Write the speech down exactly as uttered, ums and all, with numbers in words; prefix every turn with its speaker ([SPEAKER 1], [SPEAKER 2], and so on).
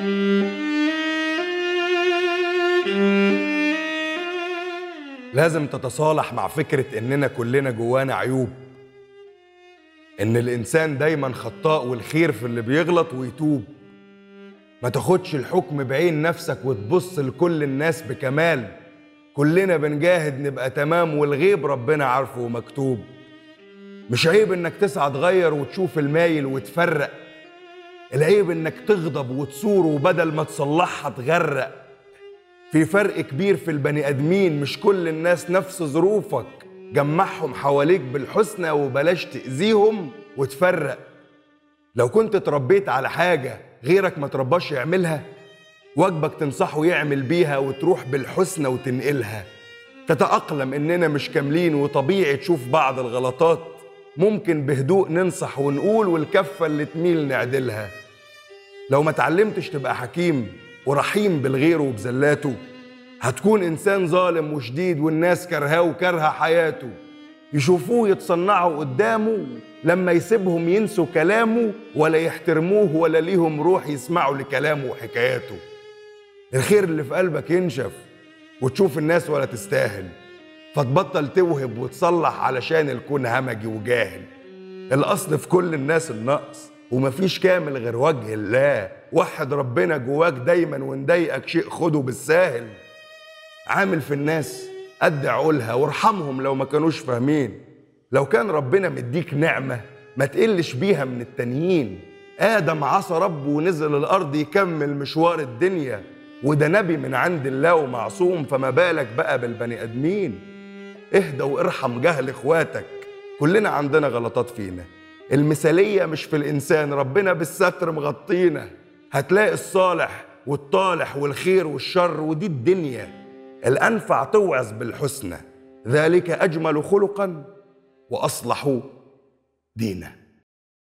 [SPEAKER 1] لازم تتصالح مع فكرة إننا كلنا جوانا عيوب، إن الإنسان دايما خطاء والخير في اللي بيغلط ويتوب. ما تاخدش الحكم بعين نفسك وتبص لكل الناس بكمال. كلنا بنجاهد نبقى تمام، والغيب ربنا عارفه ومكتوب. مش عيب إنك تسعى تغير وتشوف المايل وتفرق، العيب إنك تغضب وتصور وبدل ما تصلحها تغرق. في فرق كبير في البني آدمين، مش كل الناس نفس ظروفك. جمعهم حواليك بالحسنى وبلاش تأذيهم وتفرق. لو كنت اتربيت على حاجة غيرك ما ترباش يعملها، واجبك تنصحه يعمل بيها وتروح بالحسنى وتنقلها. تتأقلم إننا مش كاملين وطبيعي تشوف بعض الغلطات، ممكن بهدوء ننصح ونقول والكفة اللي تميل نعدلها. لو ما تعلمتش تبقى حكيم ورحيم بالغير وبزلاته، هتكون إنسان ظالم وشديد والناس كرهاه وكرهة حياته. يشوفوه يتصنعوا قدامه، لما يسيبهم ينسوا كلامه ولا يحترموه ولا ليهم روح يسمعوا لكلامه وحكاياته. الخير اللي في قلبك ينشف وتشوف الناس ولا تستاهل، فتبطل توهب وتصلح علشان الكون همجي وجاهل. الأصل في كل الناس النقص، ومفيش كامل غير وجه الله. وحد ربنا جواك دايما، وندايقك شيء خده بالساهل. عامل في الناس قد عقولها وارحمهم لو ما كانوش فاهمين. لو كان ربنا مديك نعمة ما تقلش بيها من التانيين. آدم عصى ربه ونزل الأرض يكمل مشوار الدنيا، وده نبي من عند الله ومعصوم، فما بالك بقى بالبني آدمين. اهدى وارحم جهل اخواتك، كلنا عندنا غلطات فينا. المثالية مش في الإنسان، ربنا بالستر مغطينا. هتلاقي الصالح والطالح والخير والشر، ودي الدنيا. الأنفع توعظ بالحسنى، ذلك أجمل خلقا وأصلح دينا.